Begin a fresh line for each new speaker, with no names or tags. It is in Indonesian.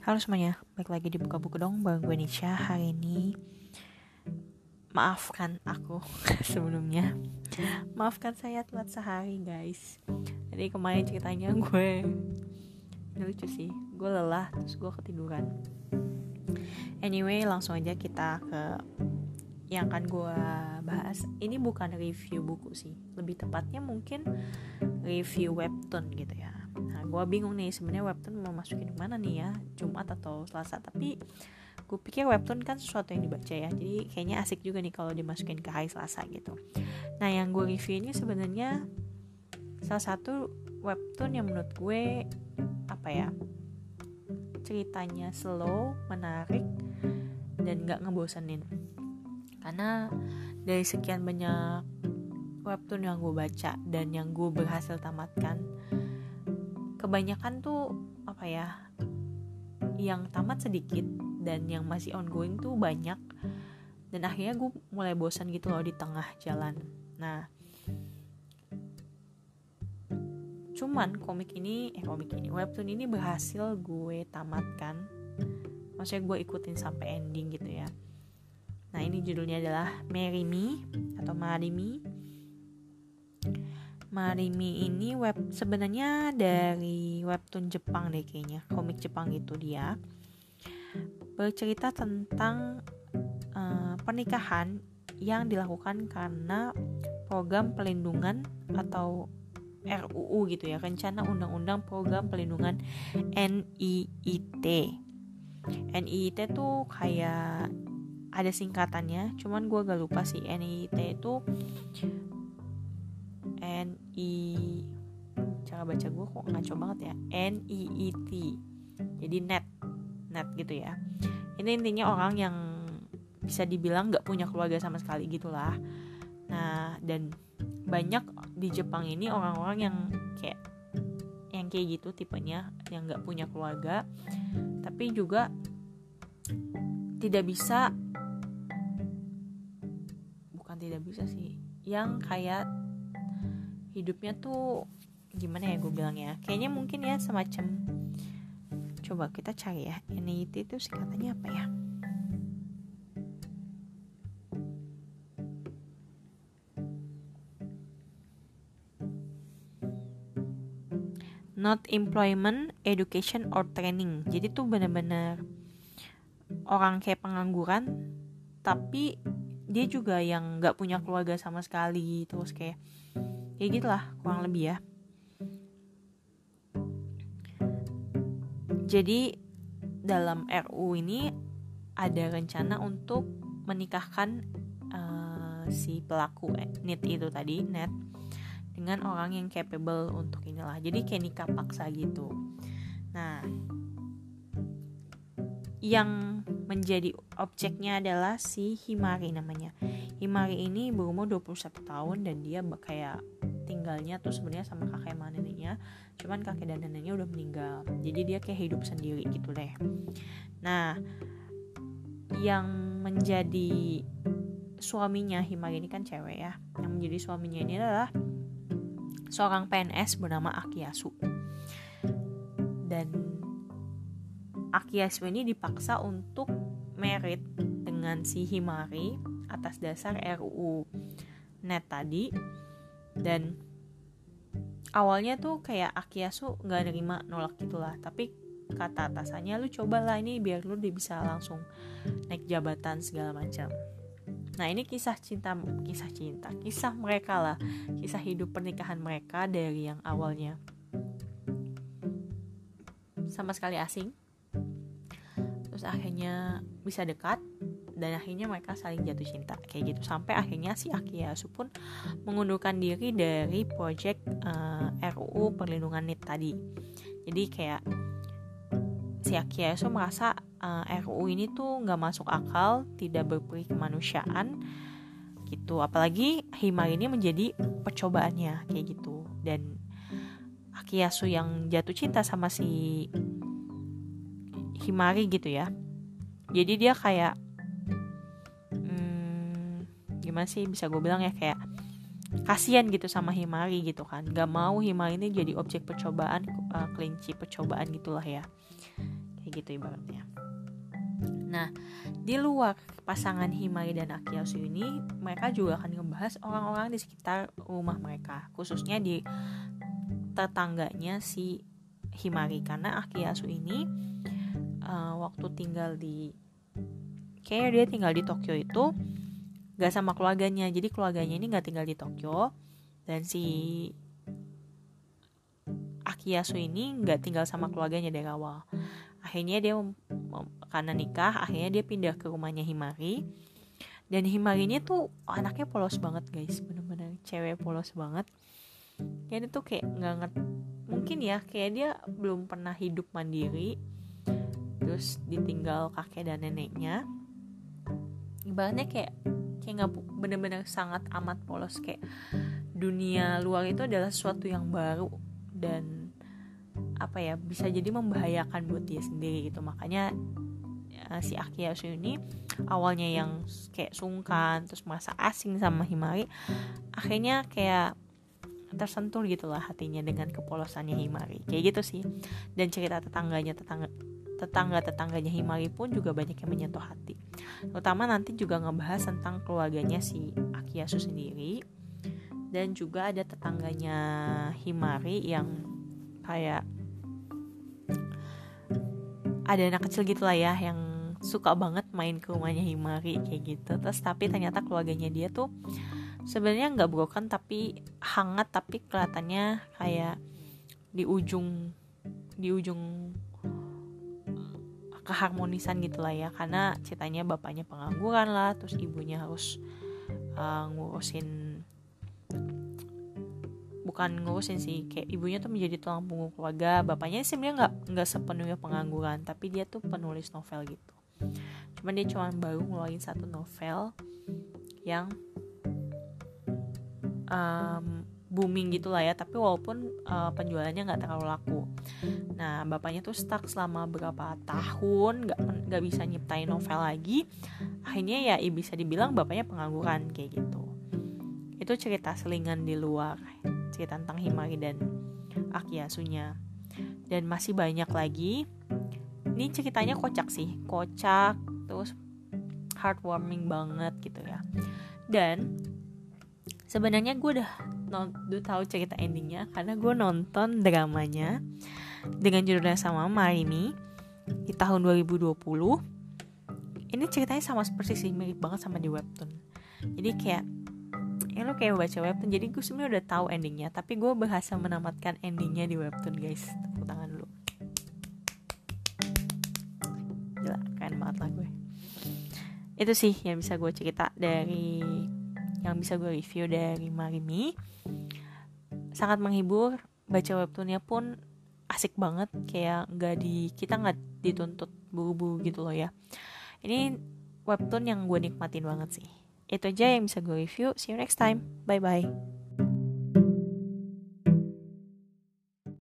Halo semuanya, balik lagi di Buka Buku Dong bareng gue Nisha. Hari ini maafkan aku sebelumnya. Maafkan saya telat sehari guys. Jadi kemarin ceritanya gue ini lucu sih, gue lelah terus gue ketiduran. Anyway, langsung aja kita ke yang akan gue bahas. Ini bukan review buku sih, lebih tepatnya mungkin review webtoon gitu ya. Nah, gue bingung nih sebenarnya webtoon mau masukin mana nih ya, Jumat atau Selasa. Tapi gue pikir webtoon kan sesuatu yang dibaca ya, jadi kayaknya asik juga nih kalau dimasukin ke hari Selasa gitu. Nah, yang gue review ini sebenarnya salah satu webtoon yang menurut gue ceritanya slow, menarik, dan gak ngebosenin. Karena dari sekian banyak webtoon yang gue baca dan yang gue berhasil tamatkan, kebanyakan tuh yang tamat sedikit dan yang masih ongoing tuh banyak, dan akhirnya gue mulai bosan gitu loh di tengah jalan. Nah, cuman webtoon ini berhasil gue tamatkan, maksudnya gue ikutin sampai ending gitu ya. Nah, ini judulnya adalah Marry Me atau Marry Me. Marry Me ini sebenarnya dari webtoon Jepang deh kayaknya, komik Jepang gitu. Dia bercerita tentang pernikahan yang dilakukan karena program pelindungan atau RUU gitu ya, Rencana Undang-Undang Program Pelindungan NIIT. NIIT tuh kayak ada singkatannya, cuman gue gak lupa sih. NIIT itu cara baca gue kok ngaco banget ya, NIIT, jadi net gitu ya. Ini intinya orang yang bisa dibilang gak punya keluarga sama sekali gitulah. Nah, dan banyak di Jepang ini orang-orang yang kayak gitu tipenya, yang gak punya keluarga tapi juga tidak bisa sih, yang kayak hidupnya tuh gimana ya gue bilang ya, kayaknya mungkin ya semacam, coba kita cari ya, NIT itu singkatannya apa ya. Not employment, education or training. Jadi tuh benar-benar orang kayak pengangguran, tapi dia juga yang gak punya keluarga sama sekali, terus kayak gitulah kurang lebih ya. Jadi dalam RU ini ada rencana untuk menikahkan si pelaku NIT itu tadi, net, dengan orang yang capable untuk inilah. Jadi kayak nikah paksa gitu. Nah, yang menjadi objeknya adalah si Himari namanya. Himari ini berumur 21 tahun dan dia kayak tinggalnya tuh sebenarnya sama kakek sama neneknya, cuman kakek dan neneknya udah meninggal. Jadi dia kayak hidup sendiri gitu deh. Nah, yang menjadi suaminya Himari ini kan cewek ya. Yang menjadi suaminya ini adalah seorang PNS bernama Akiyasu. Dan Akiyasu ini dipaksa untuk merit dengan si Himari atas dasar RUU net tadi. Dan awalnya tuh kayak Akiyasu gak nerima, nolak gitulah. Tapi kata atasannya, lu cobalah ini biar lu bisa langsung naik jabatan segala macam. Nah, ini kisah mereka lah, kisah hidup pernikahan mereka dari yang awalnya sama sekali asing, terus akhirnya bisa dekat, dan akhirnya mereka saling jatuh cinta kayak gitu, sampai akhirnya si Akiyasu pun mengundurkan diri dari proyek RUU perlindungan NIT tadi. Jadi kayak si Akiyasu merasa RUU ini tuh nggak masuk akal, tidak berperi kemanusiaan gitu, apalagi Himari ini menjadi percobaannya kayak gitu. Dan Akiyasu yang jatuh cinta sama si Himari gitu ya, jadi dia kayak gimana sih bisa gue bilang ya, kayak kasian gitu sama Himari gitu kan, gak mau Himari ini jadi objek percobaan, kelinci percobaan gitulah ya, kayak kayak gitu ibaratnya. Nah, di luar pasangan Himari dan Akiyasu ini, mereka juga akan ngebahas orang-orang di sekitar rumah mereka, khususnya di tetangganya si Himari, karena Akiyasu ini waktu tinggal di kayak dia tinggal di Tokyo itu gak sama keluarganya, jadi keluarganya ini gak tinggal di Tokyo, dan si Akiyasu ini gak tinggal sama keluarganya dari awal. Akhirnya dia karena nikah, akhirnya dia pindah ke rumahnya Himari. Dan Himari ini tuh anaknya polos banget guys, bener-bener cewek polos banget. Kayak dia tuh kayak nggak ngerti, mungkin ya kayak dia belum pernah hidup mandiri, terus ditinggal kakek dan neneknya. Ibaratnya kayak nggak, bener-bener sangat amat polos, kayak dunia luar itu adalah sesuatu yang baru dan apa ya, bisa jadi membahayakan buat dia sendiri gitu. Makanya si Akiyasu ini awalnya yang kayak sungkan, terus merasa asing sama Himari, akhirnya kayak tersentuh gitulah hatinya dengan kepolosannya Himari, kayak gitu sih. Dan cerita tetangga-tetangganya Himari pun juga banyak yang menyentuh hati, terutama nanti juga ngebahas tentang keluarganya si Akiyasu sendiri. Dan juga ada tetangganya Himari yang kayak ada anak kecil gitulah ya, yang suka banget main ke rumahnya Himari kayak gitu. Terus tapi ternyata keluarganya dia tuh sebenarnya nggak broken tapi hangat, tapi kelihatannya kayak di ujung keharmonisan gitulah ya, karena ceritanya bapaknya pengangguran lah, terus ibunya harus ngurusin sih, kayak ibunya tuh menjadi tulang punggung keluarga. Bapaknya sebenarnya nggak sepenuhnya pengangguran, tapi dia tuh penulis novel gitu. Cuman dia cuma baru ngeluarin satu novel yang booming gitu lah ya, tapi walaupun penjualannya nggak terlalu laku. Nah, bapaknya tuh stuck selama berapa tahun, nggak bisa nyiptain novel lagi. Akhirnya ya bisa dibilang bapaknya pengangguran kayak gitu. Itu cerita selingan di luar cerita tentang Himari dan Akiyasunya. Dan masih banyak lagi. Ini ceritanya kocak, terus heartwarming banget gitu ya. Dan sebenarnya gue udah tahu cerita endingnya karena gue nonton dramanya dengan judulnya sama, Marimi, di tahun 2020. Ini ceritanya sama persis sih, mirip banget sama di webtoon. Jadi kayak lo kayak baca webtoon, jadi gue sebenarnya udah tahu endingnya, tapi gue berhasil menamatkan endingnya di webtoon guys. Tepuk tangan dulu. Gila, keren banget lah gue. Itu sih yang bisa gue review dari Marimi. Sangat menghibur, baca webtoonnya pun asik banget, kayak kita nggak dituntut buru-buru gitu loh ya. Ini webtoon yang gue nikmatin banget sih. Itu aja yang bisa gue review. See you next time. Bye bye.